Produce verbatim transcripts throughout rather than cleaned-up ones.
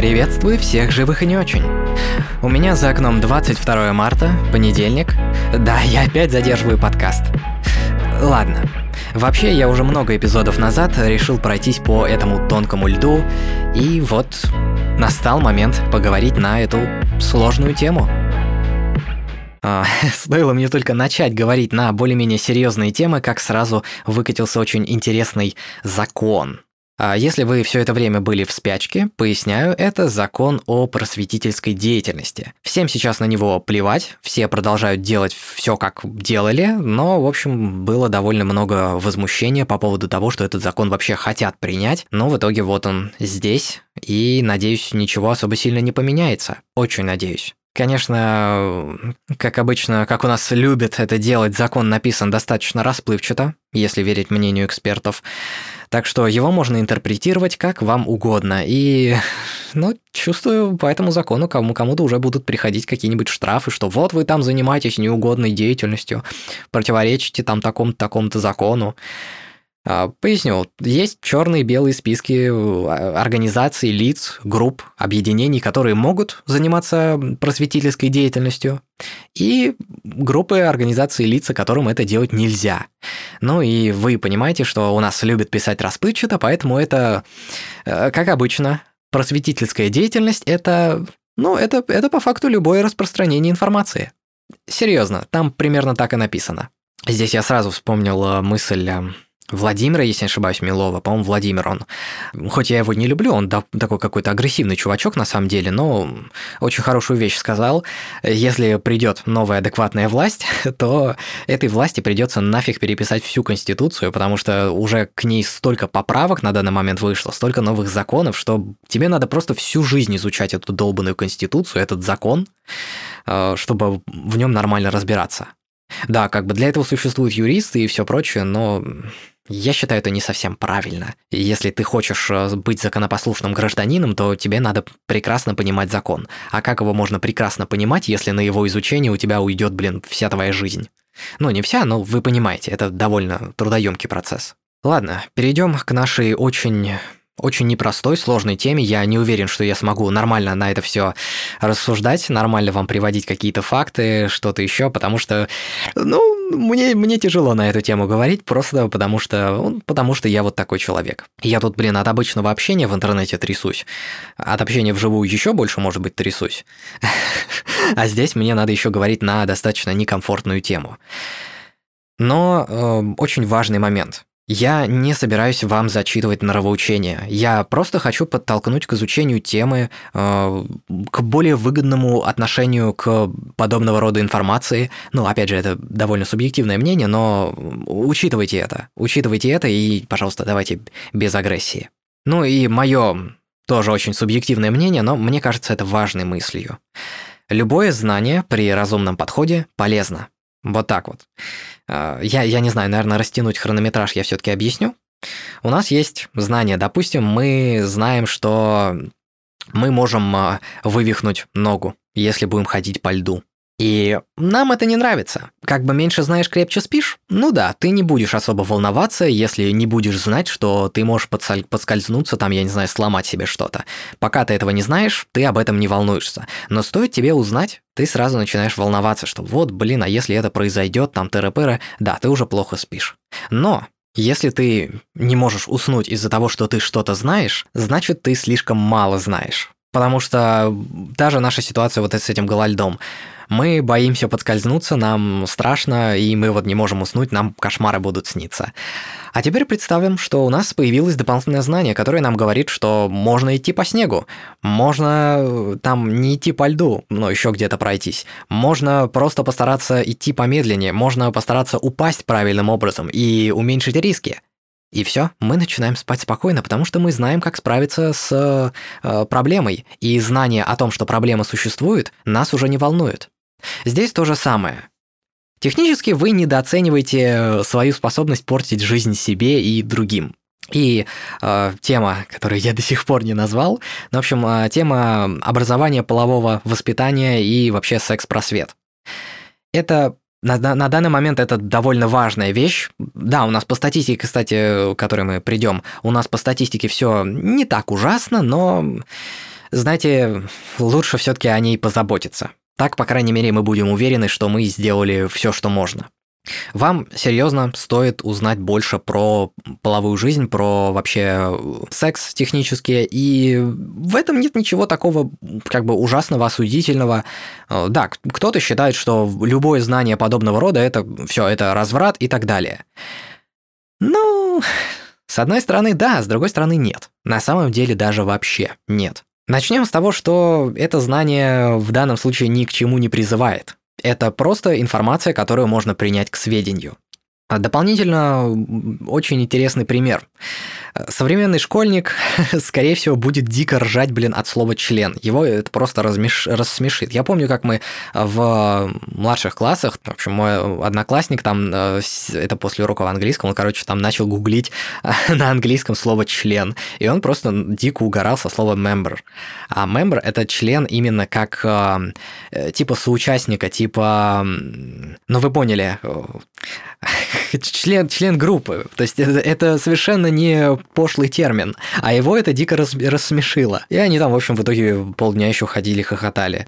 Приветствую всех живых и не очень. У меня за окном двадцать второе марта, понедельник. Да, я опять задерживаю подкаст. Ладно. Вообще, я уже много эпизодов назад решил пройтись по этому тонкому льду, и вот настал момент поговорить на эту сложную тему. А, стоило мне только начать говорить на более-менее серьезные темы, как сразу выкатился очень интересный закон. А если вы все это время были в спячке, поясняю, это закон о просветительской деятельности. Всем сейчас на него плевать, все продолжают делать все, как делали, но, в общем, было довольно много возмущения по поводу того, что этот закон вообще хотят принять, но в итоге вот он здесь, и, надеюсь, ничего особо сильно не поменяется. Очень надеюсь. Конечно, как обычно, как у нас любят это делать, закон написан достаточно расплывчато, если верить мнению экспертов. Так что его можно интерпретировать как вам угодно. И, ну, чувствую, по этому закону кому- кому-то уже будут приходить какие-нибудь штрафы, что вот вы там занимаетесь неугодной деятельностью, противоречите там такому-то, такому-то закону. Поясню, есть черные и белые списки организаций, лиц, групп, объединений, которые могут заниматься просветительской деятельностью, и группы, организации, лица, которым это делать нельзя. Ну и вы понимаете, что у нас любят писать расплывчато, поэтому это, как обычно, просветительская деятельность – это, ну, это, это по факту любое распространение информации. Серьезно, там примерно так и написано. Здесь я сразу вспомнил мысль Владимира, если не ошибаюсь, Милова, по-моему, Владимир он. Хоть я его не люблю, он такой какой-то агрессивный чувачок на самом деле, но очень хорошую вещь сказал. Если придет новая адекватная власть, то этой власти придется нафиг переписать всю Конституцию, потому что уже к ней столько поправок на данный момент вышло, столько новых законов, что тебе надо просто всю жизнь изучать эту долбанную Конституцию, этот закон, чтобы в нем нормально разбираться. Да, как бы для этого существуют юристы и все прочее, но я считаю, это не совсем правильно. Если ты хочешь быть законопослушным гражданином, то тебе надо прекрасно понимать закон. А как его можно прекрасно понимать, если на его изучение у тебя уйдет, блин, вся твоя жизнь? Ну, не вся, но вы понимаете, это довольно трудоемкий процесс. Ладно, перейдем к нашей очень... очень непростой, сложной теме. Я не уверен, что я смогу нормально на это все рассуждать, нормально вам приводить какие-то факты, что-то еще, потому что, ну, мне, мне тяжело на эту тему говорить, просто потому что, потому что я вот такой человек. Я тут, блин, от обычного общения в интернете трясусь, от общения вживую еще больше, может быть, трясусь. А здесь мне надо еще говорить на достаточно некомфортную тему. Но э, очень важный момент. Я не собираюсь вам зачитывать нравоучения. Я просто хочу подтолкнуть к изучению темы, э, к более выгодному отношению к подобного рода информации. Ну, опять же, это довольно субъективное мнение, но учитывайте это. Учитывайте это и, пожалуйста, давайте без агрессии. Ну и мое тоже очень субъективное мнение, но мне кажется это важной мыслью. Любое знание при разумном подходе полезно. Вот так вот. Я, я не знаю, наверное, растянуть хронометраж я все-таки объясню. У нас есть знания. Допустим, мы знаем, что мы можем вывихнуть ногу, если будем ходить по льду. И нам это не нравится. Как бы меньше знаешь, крепче спишь? Ну да, ты не будешь особо волноваться, если не будешь знать, что ты можешь подсаль- подскользнуться, там, я не знаю, сломать себе что-то. Пока ты этого не знаешь, ты об этом не волнуешься. Но стоит тебе узнать, ты сразу начинаешь волноваться, что вот, блин, а если это произойдет, там, тыры-пыры, да, ты уже плохо спишь. Но если ты не можешь уснуть из-за того, что ты что-то знаешь, значит, ты слишком мало знаешь. Потому что та же наша ситуация вот с этим гололедом. Мы боимся подскользнуться, нам страшно, и мы вот не можем уснуть, нам кошмары будут сниться. А теперь представим, что у нас появилось дополнительное знание, которое нам говорит, что можно идти по снегу, можно там не идти по льду, но еще где-то пройтись, можно просто постараться идти помедленнее, можно постараться упасть правильным образом и уменьшить риски. И все, мы начинаем спать спокойно, потому что мы знаем, как справиться с э, проблемой, и знание о том, что проблема существует, нас уже не волнует. Здесь то же самое. Технически вы недооцениваете свою способность портить жизнь себе и другим. И э, тема, которую я до сих пор не назвал, ну, в общем, э, тема образования, полового воспитания и вообще секс-просвет. Это На, на, на данный момент это довольно важная вещь. Да, у нас по статистике, кстати, к которой мы придем, у нас по статистике все не так ужасно, но знаете, лучше все-таки о ней позаботиться. Так, по крайней мере, мы будем уверены, что мы сделали все, что можно. Вам серьезно стоит узнать больше про половую жизнь, про вообще секс технически, и в этом нет ничего такого как бы ужасного, осудительного. Да, кто-то считает, что любое знание подобного рода это все, это разврат и так далее. Ну, с одной стороны, да, с другой стороны, нет. На самом деле даже вообще нет. Начнем с того, что это знание в данном случае ни к чему не призывает. Это просто информация, которую можно принять к сведению. Дополнительно очень интересный пример. Современный школьник, скорее всего, будет дико ржать, блин, от слова «член». Его это просто размеш... рассмешит. Я помню, как мы в младших классах, в общем, мой одноклассник там, это после уроков английского, он, короче, там начал гуглить на английском слово «член», и он просто дико угорал со слова «member». А member – это член именно как типа соучастника, типа, ну вы поняли, член, член группы. То есть это, это совершенно не пошлый термин, а его это дико рас, рассмешило. И они там, в общем, в итоге полдня еще ходили, хохотали.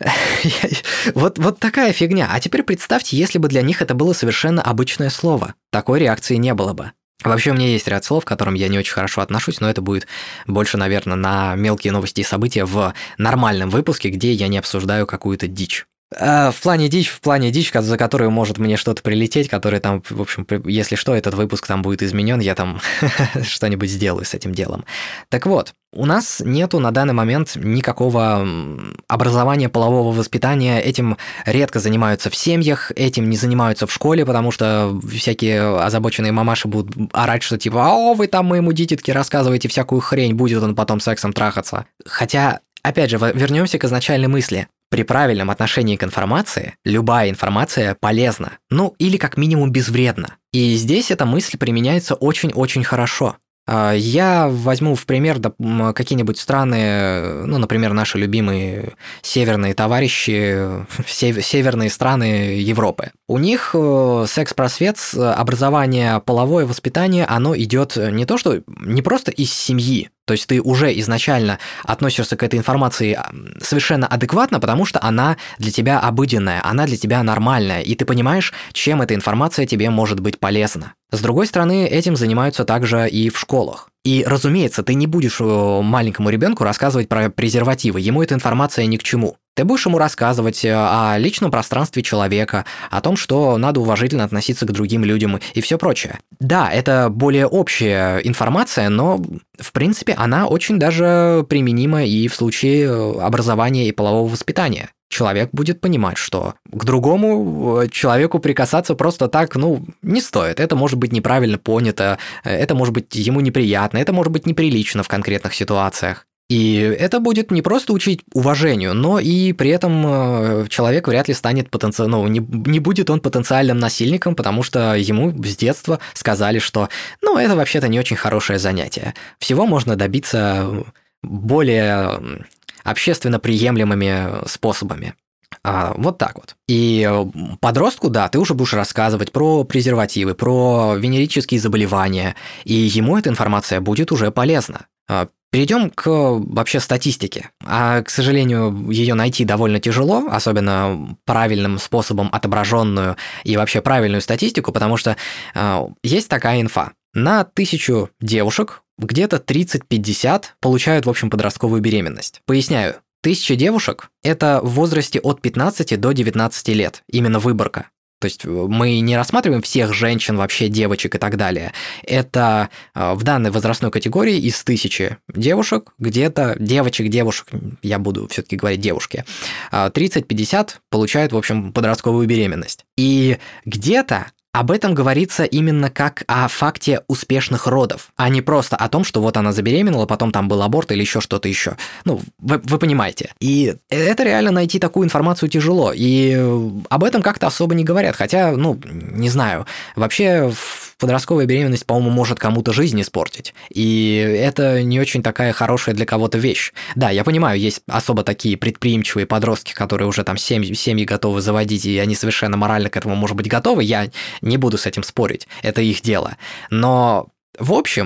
Вот, вот такая фигня. А теперь представьте, если бы для них это было совершенно обычное слово. Такой реакции не было бы. Вообще, у меня есть ряд слов, к которым я не очень хорошо отношусь, но это будет больше, наверное, на мелкие новости и события в нормальном выпуске, где я не обсуждаю какую-то дичь. В плане дичь, в плане дичь, за которую может мне что-то прилететь, который там, в общем, если что, этот выпуск там будет изменен, я там что-нибудь сделаю с этим делом. Так вот, у нас нету на данный момент никакого образования полового воспитания, этим редко занимаются в семьях, этим не занимаются в школе, потому что всякие озабоченные мамаши будут орать, что типа «О, вы там моему дитятке рассказываете всякую хрень, будет он потом сексом трахаться». Хотя, опять же, вернемся к изначальной мысли. При правильном отношении к информации любая информация полезна, ну или как минимум безвредна. И здесь эта мысль применяется очень-очень хорошо. Я возьму в пример какие-нибудь страны, ну, например, наши любимые северные товарищи, северные страны Европы. У них секс-просвет, образование, половое воспитание, оно идет не то, что не просто из семьи, то есть ты уже изначально относишься к этой информации совершенно адекватно, потому что она для тебя обыденная, она для тебя нормальная, и ты понимаешь, чем эта информация тебе может быть полезна. С другой стороны, этим занимаются также и в школах. И, разумеется, ты не будешь маленькому ребенку рассказывать про презервативы, ему эта информация ни к чему. Ты будешь ему рассказывать о личном пространстве человека, о том, что надо уважительно относиться к другим людям и все прочее. Да, это более общая информация, но, в принципе, она очень даже применима и в случае образования и полового воспитания. Человек будет понимать, что к другому человеку прикасаться просто так, ну, не стоит. Это может быть неправильно понято, это может быть ему неприятно, это может быть неприлично в конкретных ситуациях. И это будет не просто учить уважению, но и при этом человек вряд ли станет потенциальным, ну, не, не будет он потенциальным насильником, потому что ему с детства сказали, что, ну, это вообще-то не очень хорошее занятие. Всего можно добиться более общественно приемлемыми способами. А, вот так вот. И подростку, да, ты уже будешь рассказывать про презервативы, про венерические заболевания, и ему эта информация будет уже полезна. Перейдем к вообще статистике. А, к сожалению, ее найти довольно тяжело, особенно правильным способом отображенную и вообще правильную статистику, потому что э, есть такая инфа. На тысячу девушек где-то тридцать-пятьдесят получают, в общем, подростковую беременность. Поясняю, тысяча девушек – это в возрасте от пятнадцати до девятнадцати лет, именно выборка. То есть мы не рассматриваем всех женщин, вообще девочек и так далее. Это в данной возрастной категории из тысячи девушек, где-то девочек-девушек, я буду все-таки говорить девушки, тридцать-пятьдесят получают, в общем, подростковую беременность. И где-то об этом говорится именно как о факте успешных родов, а не просто о том, что вот она забеременела, потом там был аборт или еще что-то еще. Ну, вы, вы понимаете. И это реально найти такую информацию тяжело, и об этом как-то особо не говорят, хотя, ну, не знаю, вообще подростковая беременность, по-моему, может кому-то жизнь испортить, и это не очень такая хорошая для кого-то вещь. Да, я понимаю, есть особо такие предприимчивые подростки, которые уже там семьи, семьи готовы заводить, и они совершенно морально к этому, может быть, готовы, я не буду с этим спорить, это их дело. Но, в общем,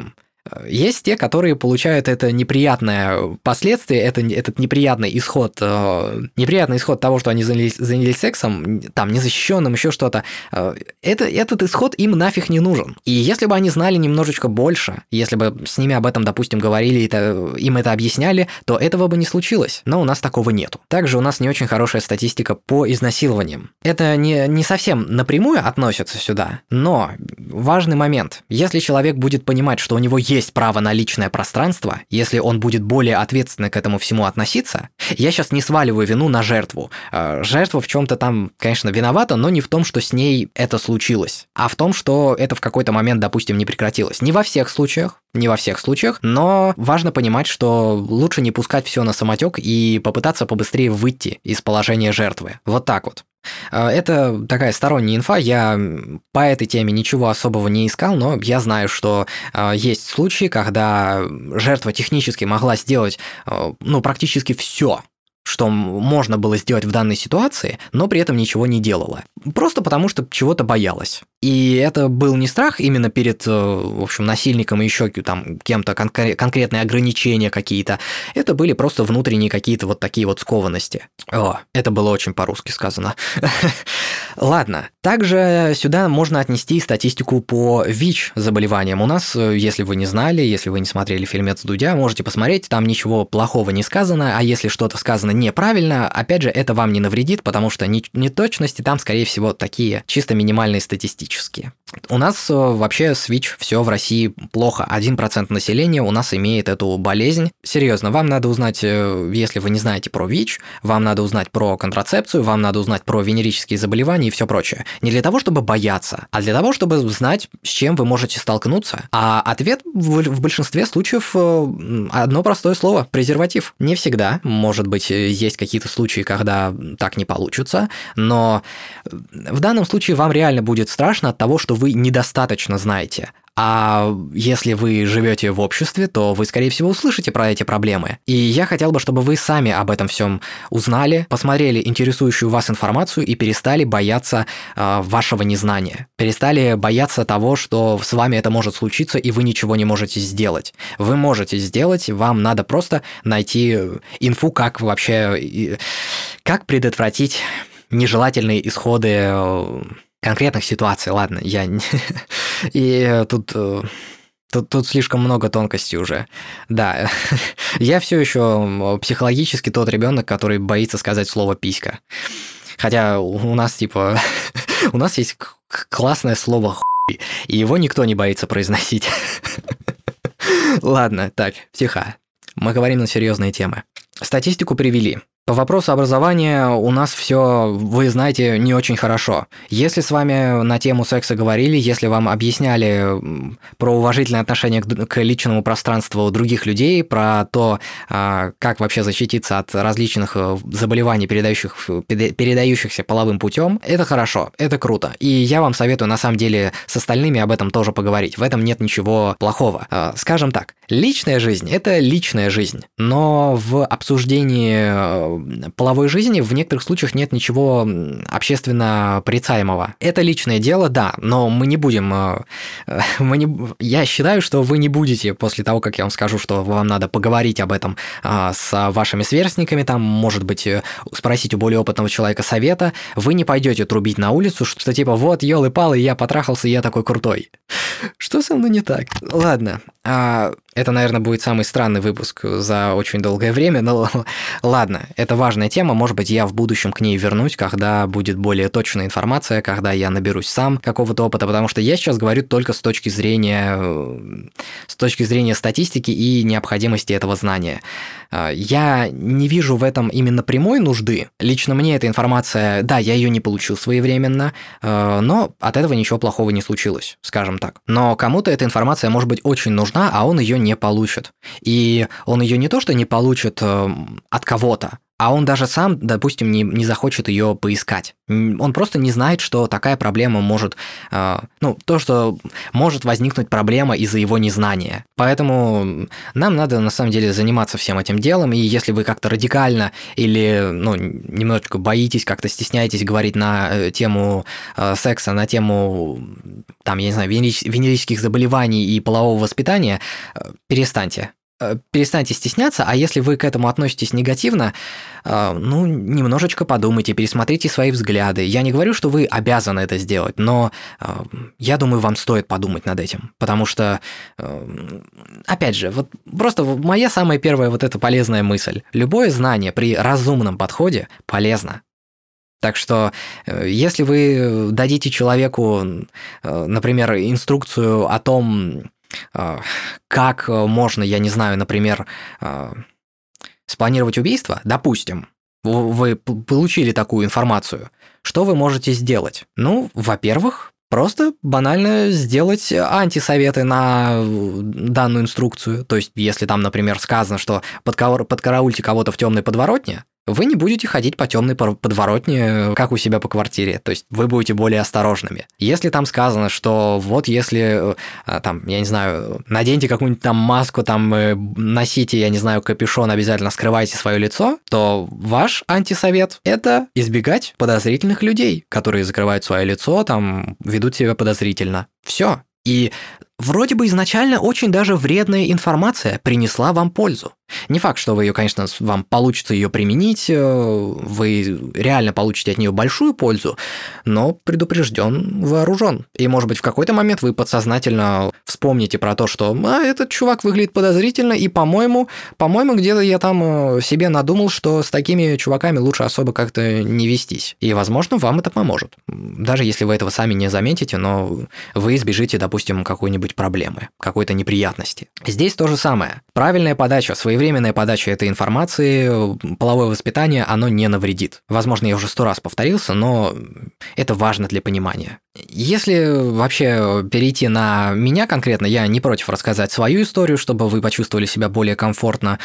Есть те, которые получают это неприятное последствие, это, этот неприятный исход, э, неприятный исход того, что они занялись, занялись сексом, там, незащищенным, еще что-то. Э, это, этот исход им нафиг не нужен. И если бы они знали немножечко больше, если бы с ними об этом, допустим, говорили, это, им это объясняли, то этого бы не случилось. Но у нас такого нету. Также у нас не очень хорошая статистика по изнасилованиям. Это не, не совсем напрямую относится сюда, но важный момент. Если человек будет понимать, что у него есть есть право на личное пространство, если он будет более ответственно к этому всему относиться, я сейчас не сваливаю вину на жертву. Жертва в чем-то там, конечно, виновата, но не в том, что с ней это случилось, а в том, что это в какой-то момент, допустим, не прекратилось. Не во всех случаях, не во всех случаях, но важно понимать, что лучше не пускать все на самотек и попытаться побыстрее выйти из положения жертвы. Вот так вот. Это такая сторонняя инфа, я по этой теме ничего особого не искал, но я знаю, что есть случаи, когда жертва технически могла сделать, ну, практически все, что можно было сделать в данной ситуации, но при этом ничего не делала. Просто потому, что чего-то боялась. И это был не страх именно перед, в общем, насильником и еще там кем-то, конкре- конкретные ограничения какие-то. Это были просто внутренние какие-то вот такие вот скованности. О, это было очень по-русски сказано. Ладно. Также сюда можно отнести статистику по ВИЧ заболеваниям. У нас, если вы не знали, если вы не смотрели фильмец Дудя, можете посмотреть, там ничего плохого не сказано, а если что-то сказано неправильно, опять же, это вам не навредит, потому что неточности там, скорее всего, такие чисто минимальные статистические. У нас вообще с ВИЧ все в России плохо. один процент населения у нас имеет эту болезнь. Серьезно, вам надо узнать, если вы не знаете про ВИЧ, вам надо узнать про контрацепцию, вам надо узнать про венерические заболевания и все прочее. Не для того, чтобы бояться, а для того, чтобы знать, с чем вы можете столкнуться. А ответ в большинстве случаев одно простое слово – презерватив. Не всегда, может быть, есть какие-то случаи, когда так не получится, но в данном случае вам реально будет страшно от того, что вы недостаточно знаете. А если вы живете в обществе, то вы, скорее всего, услышите про эти проблемы. И я хотел бы, чтобы вы сами об этом всем узнали, посмотрели интересующую вас информацию и перестали бояться э, вашего незнания. Перестали бояться того, что с вами это может случиться, и вы ничего не можете сделать. Вы можете сделать, вам надо просто найти инфу, как вообще, как предотвратить нежелательные исходы конкретных ситуаций. Ладно, я... И тут... Тут, тут слишком много тонкостей уже. Да, я все еще психологически тот ребенок, который боится сказать слово «писька». Хотя у нас, типа... У нас есть классное слово «хуй», и его никто не боится произносить. Ладно, так, тихо. Мы говорим на серьезные темы. Статистику привели. По вопросу образования у нас все, вы знаете, не очень хорошо. Если с вами на тему секса говорили, если вам объясняли про уважительное отношение к личному пространству других людей, про то, как вообще защититься от различных заболеваний, передающих, передающихся половым путем, это хорошо, это круто. И я вам советую, на самом деле, с остальными об этом тоже поговорить. В этом нет ничего плохого. Скажем так, личная жизнь – это личная жизнь, но в обсуждении половой жизни в некоторых случаях нет ничего общественно порицаемого. Это личное дело, да, но мы не будем... Мы не, я считаю, что вы не будете, после того, как я вам скажу, что вам надо поговорить об этом с вашими сверстниками, там, может быть, спросить у более опытного человека совета, вы не пойдете трубить на улицу, что типа вот, ёлы-палы, я потрахался, я такой крутой. Что со мной не так? Ладно, это, наверное, будет самый странный выпуск за очень долгое время, но ладно, это важная тема, может быть, я в будущем к ней вернусь, когда будет более точная информация, когда я наберусь сам какого-то опыта, потому что я сейчас говорю только с точки зрения, с точки зрения статистики и необходимости этого знания. Я не вижу в этом именно прямой нужды. Лично мне эта информация, да, я ее не получил своевременно, но от этого ничего плохого не случилось, скажем так. Но кому-то эта информация может быть очень нужна, а он ее не получит. И он ее не то что не получит от кого-то, а он даже сам, допустим, не, не захочет ее поискать. Он просто не знает, что такая проблема может... Э, ну, то, что может возникнуть проблема из-за его незнания. Поэтому нам надо, на самом деле, заниматься всем этим делом, и если вы как-то радикально или, ну, немножечко боитесь, как-то стесняетесь говорить на тему э, секса, на тему, там, я не знаю, венерических заболеваний и полового воспитания, э, перестаньте. Перестаньте стесняться, а если вы к этому относитесь негативно, ну, немножечко подумайте, пересмотрите свои взгляды. Я не говорю, что вы обязаны это сделать, но я думаю, вам стоит подумать над этим, потому что, опять же, вот просто моя самая первая вот эта полезная мысль. Любое знание при разумном подходе полезно. Так что, если вы дадите человеку, например, инструкцию о том, как можно, я не знаю, например, спланировать убийство, допустим, вы получили такую информацию, что вы можете сделать? Ну, во-первых, просто банально сделать антисоветы на данную инструкцию. То есть, если там, например, сказано, что подкараульте кого-то в темной подворотне, вы не будете ходить по темной подворотне, как у себя по квартире, то есть вы будете более осторожными. Если там сказано, что вот если, там, я не знаю, наденьте какую-нибудь там маску, там, носите, я не знаю, капюшон, обязательно скрывайте свое лицо, то ваш антисовет – это избегать подозрительных людей, которые закрывают свое лицо, там, ведут себя подозрительно. Все. И вроде бы изначально очень даже вредная информация принесла вам пользу. Не факт, что вы ее, конечно, вам получится ее применить, вы реально получите от нее большую пользу, но предупрежден, вооружен. И, может быть, в какой-то момент вы подсознательно вспомните про то, что а, этот чувак выглядит подозрительно, и, по-моему, по-моему, где-то я там себе надумал, что с такими чуваками лучше особо как-то не вестись. И, возможно, вам это поможет. Даже если вы этого сами не заметите, но вы избежите, допустим, какой-нибудь проблемы, какой-то неприятности. Здесь то же самое. Правильная подача, своевременная подача этой информации, половое воспитание, оно не навредит. Возможно, я уже сто раз повторился, но это важно для понимания. Если вообще перейти на меня конкретно, я не против рассказать свою историю, чтобы вы почувствовали себя более комфортно.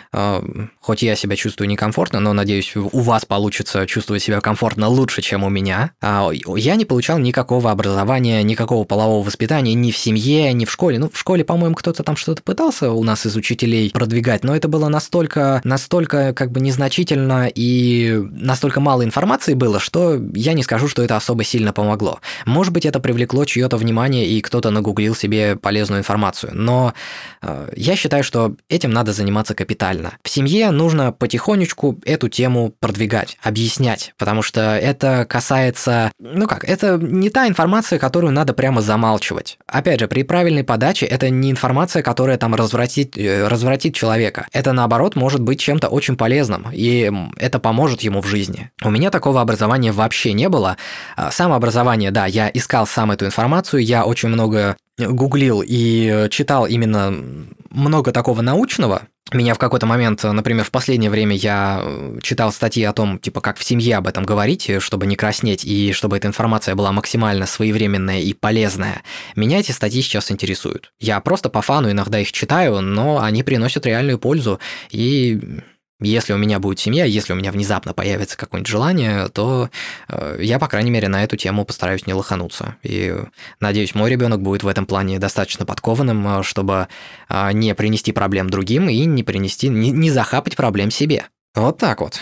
Хоть я себя чувствую некомфортно, но, надеюсь, у вас получится чувствовать себя комфортно лучше, чем у меня. Я не получал никакого образования, никакого полового воспитания ни в семье, ни в школе. Ну, в школе, по-моему, кто-то там что-то пытался у нас из учителей продвигать, но это было настолько, настолько как бы незначительно и настолько мало информации было, что я не скажу, что это особо сильно помогло. Может быть, это привлекло чье-то внимание, и кто-то нагуглил себе полезную информацию, но э, я считаю, что этим надо заниматься капитально. В семье нужно потихонечку эту тему продвигать, объяснять, потому что это касается, ну как, это не та информация, которую надо прямо замалчивать. Опять же, при правильной подаче это не информация, которая там развратит, развратит человека. Это, наоборот, может быть чем-то очень полезным, и это поможет ему в жизни. У меня такого образования вообще не было. Самообразование, да, я искал сам эту информацию, я очень много гуглил и читал именно много такого научного. Меня в какой-то момент, например, в последнее время я читал статьи о том, типа, как в семье об этом говорить, чтобы не краснеть, и чтобы эта информация была максимально своевременная и полезная. Меня эти статьи сейчас интересуют. Я просто по фану иногда их читаю, но они приносят реальную пользу, и... Если у меня будет семья, если у меня внезапно появится какое-нибудь желание, то э, я, по крайней мере, на эту тему постараюсь не лохануться. И надеюсь, мой ребенок будет в этом плане достаточно подкованным, чтобы э, не принести проблем другим и не принести, не, не захапать проблем себе. Вот так вот.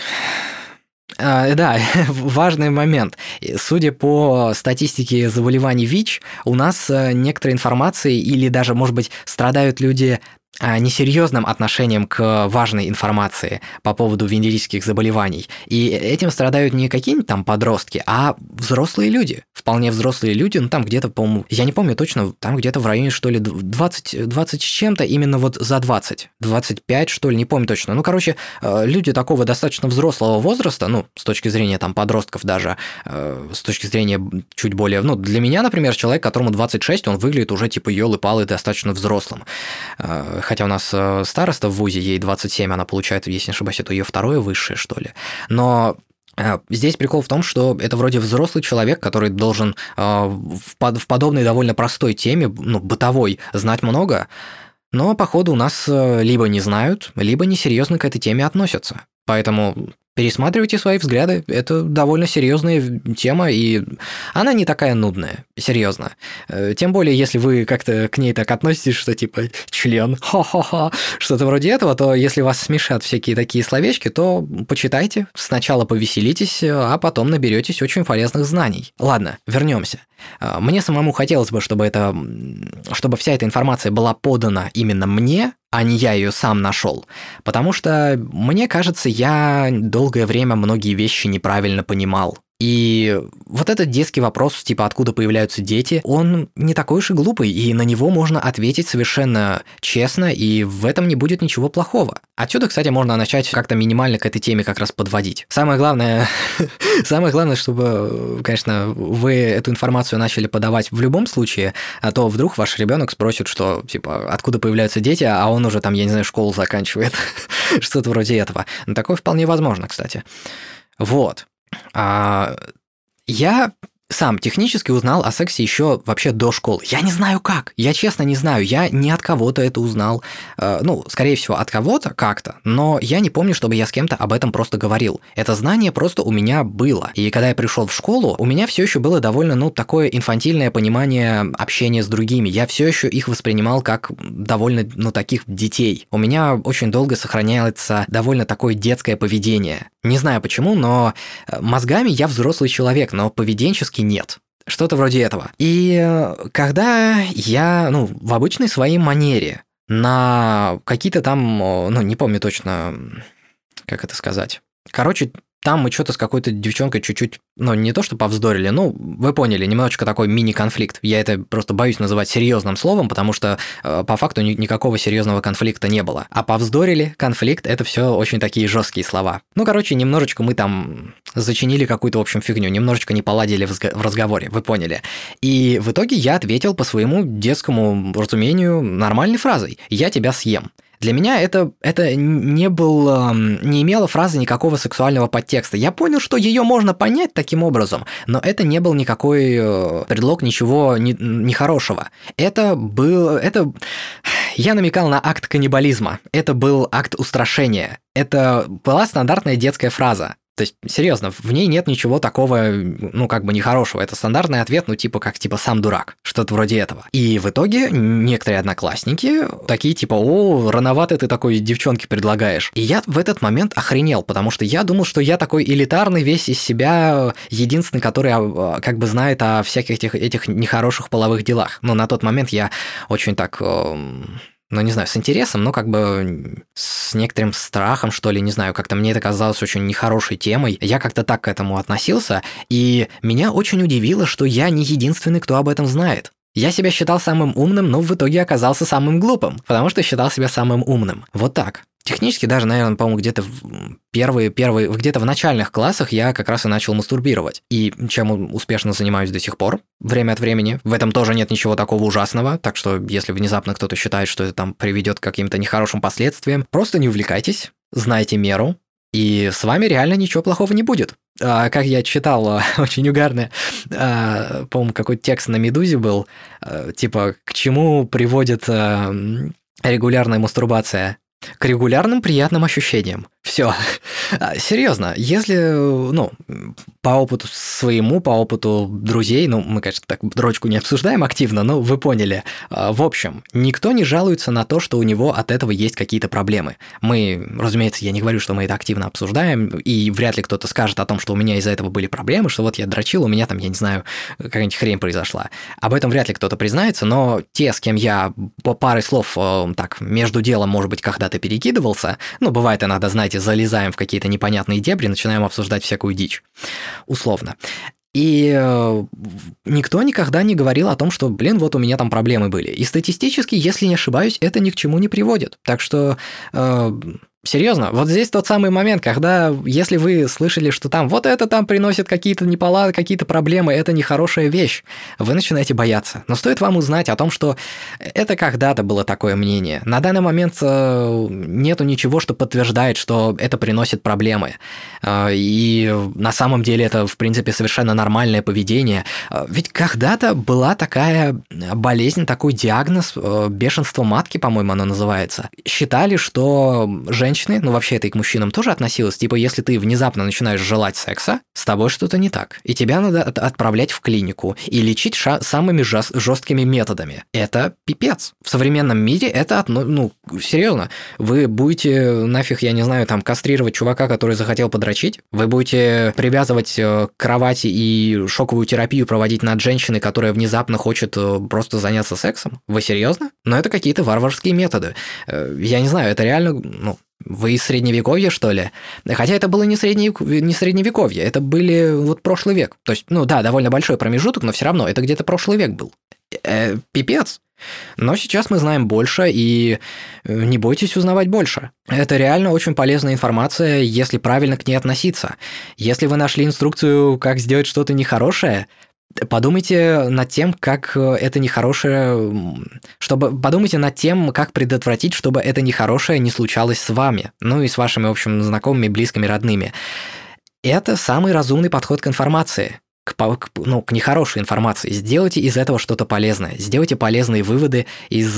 А, да, важный момент. Судя по статистике заболеваний ВИЧ, у нас некоторой информации или даже, может быть, страдают люди несерьезным отношением к важной информации по поводу венерических заболеваний. И этим страдают не какие-нибудь там подростки, а взрослые люди. Вполне взрослые люди, ну там где-то, по-моему, я не помню точно, там где-то в районе, что ли, двадцать, двадцать с чем-то, именно вот за двадцать, двадцать пять, что ли, не помню точно. Ну, короче, люди такого достаточно взрослого возраста, ну, с точки зрения там подростков даже, с точки зрения чуть более, ну, для меня, например, человек, которому двадцать шесть, он выглядит уже типа ёлы-палы достаточно взрослым. Хотя у нас староста в вузе, ей двадцать семь, она получает, если не ошибаюсь, это ее второе высшее, что ли. Но здесь прикол в том, что это вроде взрослый человек, который должен в подобной довольно простой теме, ну, бытовой, знать много, но, походу, у нас либо не знают, либо несерьезно к этой теме относятся. Поэтому пересматривайте свои взгляды. Это довольно серьезная тема, и она не такая нудная, серьезно. Тем более, если вы как-то к ней так относитесь, что типа член, ха-ха-ха, что-то вроде этого, то если вас смешат всякие такие словечки, то почитайте, сначала повеселитесь, а потом наберетесь очень полезных знаний. Ладно, вернемся. Мне самому хотелось бы, чтобы, это, чтобы вся эта информация была подана именно мне, а не я ее сам нашел. Потому что, мне кажется, я долгое время многие вещи неправильно понимал. И вот этот детский вопрос, типа, откуда появляются дети, он не такой уж и глупый, и на него можно ответить совершенно честно, и в этом не будет ничего плохого. Отсюда, кстати, можно начать как-то минимально к этой теме как раз подводить. Самое главное, самое главное, чтобы, конечно, вы эту информацию начали подавать в любом случае, а то вдруг ваш ребенок спросит, что, типа, откуда появляются дети, а он уже там, я не знаю, школу заканчивает, что-то вроде этого. Но такое вполне возможно, кстати. Вот. А, я сам технически узнал о сексе еще вообще до школы. Я не знаю как, я честно не знаю, я не от кого-то это узнал. Ну, скорее всего, от кого-то как-то, но я не помню, чтобы я с кем-то об этом просто говорил. Это знание просто у меня было. И когда я пришел в школу, у меня все еще было довольно, ну, такое инфантильное понимание общения с другими. Я все еще их воспринимал как довольно, ну, таких детей. У меня очень долго сохраняется довольно такое детское поведение. Не знаю почему, но мозгами я взрослый человек, но поведенчески нет. Что-то вроде этого. И когда я, ну, в обычной своей манере на какие-то там, ну, не помню точно, как это сказать. Короче, там мы что-то с какой-то девчонкой чуть-чуть, ну, не то что повздорили, ну, вы поняли, немножечко такой мини-конфликт. Я это просто боюсь называть серьезным словом, потому что э, по факту ни- никакого серьезного конфликта не было. А повздорили, конфликт, это все очень такие жесткие слова. Ну, короче, немножечко мы там зачинили какую-то, в общем, фигню, немножечко не поладили в, взг- в разговоре, вы поняли. И в итоге я ответил по своему детскому разумению нормальной фразой «я тебя съем». Для меня это, это не был, не имело фразы никакого сексуального подтекста. Я понял, что ее можно понять таким образом, но это не был никакой предлог ничего нехорошего. Это был... Это... Я намекал на акт каннибализма. Это был акт устрашения. Это была стандартная детская фраза. То есть, серьезно, в ней нет ничего такого, ну, как бы нехорошего. Это стандартный ответ, ну, типа, как, типа, сам дурак. Что-то вроде этого. И в итоге некоторые одноклассники такие, типа, о, рановато ты такой девчонке предлагаешь. И я в этот момент охренел, потому что я думал, что я такой элитарный весь из себя, единственный, который, как бы, знает о всяких этих, этих нехороших половых делах. Но на тот момент я очень так... ну, не знаю, с интересом, но как бы с некоторым страхом, что ли, не знаю, как-то мне это казалось очень нехорошей темой. Я как-то так к этому относился, и меня очень удивило, что я не единственный, кто об этом знает. Я себя считал самым умным, но в итоге оказался самым глупым, потому что считал себя самым умным. Вот так. Технически даже, наверное, по-моему, где-то в первые, первые, где-то в начальных классах я как раз и начал мастурбировать. И чем успешно занимаюсь до сих пор, время от времени. В этом тоже нет ничего такого ужасного, так что если внезапно кто-то считает, что это там приведет к каким-то нехорошим последствиям, просто не увлекайтесь, знайте меру, и с вами реально ничего плохого не будет. А, как я читал, очень угарно, а, по-моему, какой-то текст на «Медузе» был, а, типа, к чему приводит а, регулярная мастурбация? К регулярным приятным ощущениям. Все. Серьезно, если, ну, по опыту своему, по опыту друзей, ну, мы, конечно, так дрочку не обсуждаем активно, но вы поняли. В общем, никто не жалуется на то, что у него от этого есть какие-то проблемы. Мы, разумеется, я не говорю, что мы это активно обсуждаем, и вряд ли кто-то скажет о том, что у меня из-за этого были проблемы, что вот я дрочил, у меня там, я не знаю, какая-нибудь хрень произошла. Об этом вряд ли кто-то признается, но те, с кем я по паре слов так между делом, может быть, когда-то перекидывался, ну, бывает иногда, знаете, залезаем в какие-то непонятные дебри, начинаем обсуждать всякую дичь, условно. И э, никто никогда не говорил о том, что, блин, вот у меня там проблемы были. И статистически, если не ошибаюсь, это ни к чему не приводит. Так что... Э, серьезно, вот здесь тот самый момент, когда, если вы слышали, что там вот это там приносит какие-то неполадки, какие-то проблемы, это нехорошая вещь, вы начинаете бояться. Но стоит вам узнать о том, что это когда-то было такое мнение. На данный момент нету ничего, что подтверждает, что это приносит проблемы. И на самом деле это, в принципе, совершенно нормальное поведение. Ведь когда-то была такая болезнь, такой диагноз, бешенство матки, по-моему, оно называется. Считали, что женщины женщины, ну вообще это и к мужчинам тоже относилось, типа если ты внезапно начинаешь желать секса, с тобой что-то не так, и тебя надо отправлять в клинику и лечить ша- самыми жесткими методами. Это пипец. В современном мире это, ну, серьезно, вы будете нафиг, я не знаю, там, кастрировать чувака, который захотел подрочить, вы будете привязывать к кровати и шоковую терапию проводить над женщиной, которая внезапно хочет просто заняться сексом? Вы серьезно? Но это какие-то варварские методы. Я не знаю, это реально, ну, вы из средневековья, что ли? Хотя это было не, средне... не средневековье, это были вот прошлый век. То есть, ну да, довольно большой промежуток, но все равно это где-то прошлый век был. Э, пипец. Но сейчас мы знаем больше, и не бойтесь узнавать больше. Это реально очень полезная информация, если правильно к ней относиться. Если вы нашли инструкцию, как сделать что-то нехорошее, подумайте над тем, как это нехорошее, чтобы подумайте над тем, как предотвратить, чтобы это нехорошее не случалось с вами, ну и с вашими, в общем, знакомыми, близкими, родными. Это самый разумный подход к информации. К, к, ну, к нехорошей информации. Сделайте из этого что-то полезное. Сделайте полезные выводы из,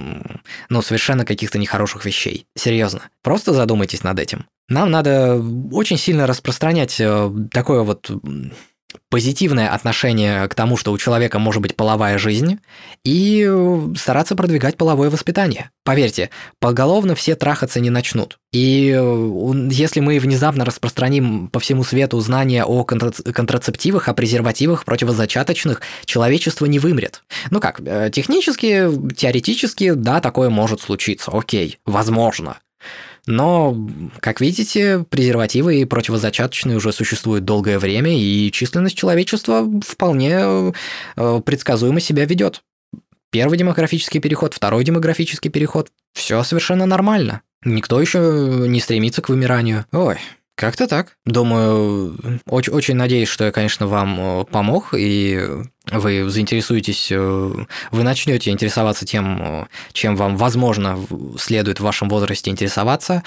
ну, совершенно каких-то нехороших вещей. Серьезно. Просто задумайтесь над этим. Нам надо очень сильно распространять такое вот позитивное отношение к тому, что у человека может быть половая жизнь, и стараться продвигать половое воспитание. Поверьте, поголовно все трахаться не начнут. И если мы внезапно распространим по всему свету знания о контрацептивах, о презервативах противозачаточных, человечество не вымрет. Ну как, технически, теоретически, да, такое может случиться. Окей, возможно. Но, как видите, презервативы и противозачаточные уже существуют долгое время, и численность человечества вполне предсказуемо себя ведет. Первый демографический переход, второй демографический переход – все совершенно нормально. Никто еще не стремится к вымиранию. Ой, как-то так. Думаю, очень, очень надеюсь, что я, конечно, вам помог, и вы заинтересуетесь, вы начнете интересоваться тем, чем вам, возможно, следует в вашем возрасте интересоваться.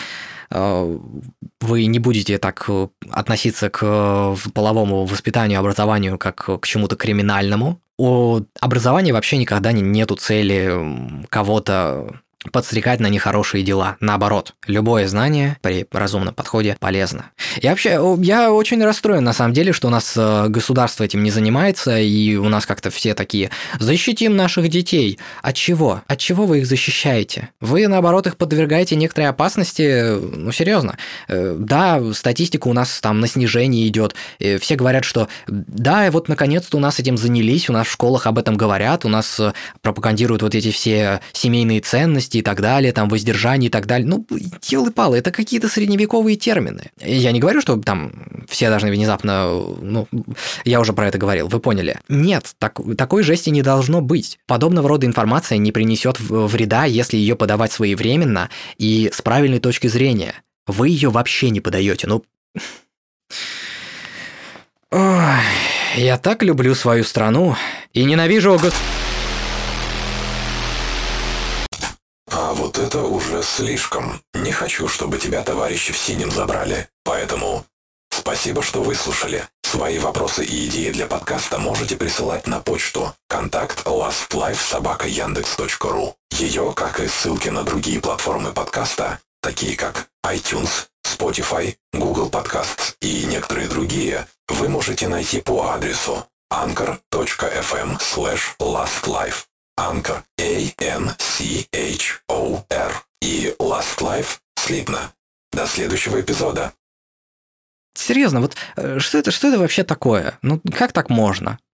Вы не будете так относиться к половому воспитанию, образованию, как к чему-то криминальному. У образования вообще никогда нету цели кого-то подстрекать на нехорошие дела. Наоборот, любое знание при разумном подходе полезно. И вообще, я очень расстроен, на самом деле, что у нас государство этим не занимается, и у нас как-то все такие: защитим наших детей. От чего? От чего вы их защищаете? Вы, наоборот, их подвергаете некоторой опасности. Ну, серьезно. Да, статистика у нас там на снижение идет. Все говорят, что да, вот наконец-то у нас этим занялись, у нас в школах об этом говорят, у нас пропагандируют вот эти все семейные ценности и так далее, там, воздержание и так далее. Ну, елы-палы, это какие-то средневековые термины. Я не говорю, что там все должны внезапно... Ну, я уже про это говорил, вы поняли. Нет, так, такой жести не должно быть. Подобного рода информация не принесет вреда, если ее подавать своевременно и с правильной точки зрения. Вы ее вообще не подаете. Ну... Ой, я так люблю свою страну и ненавижу... А вот это уже слишком. Не хочу, чтобы тебя товарищи в синем забрали. Поэтому спасибо, что выслушали. Свои вопросы и идеи для подкаста можете присылать на почту контакт ластлайф собака яндекс точка ру. Ее, как и ссылки на другие платформы подкаста, такие как iTunes, Spotify, Google Podcasts и некоторые другие, вы можете найти по адресу anchor точка эф эм слэш ластлайф. Anchor, A N C H O R и Last Life слитно. До следующего эпизода. Серьезно, вот что это, что это вообще такое? Ну, как так можно?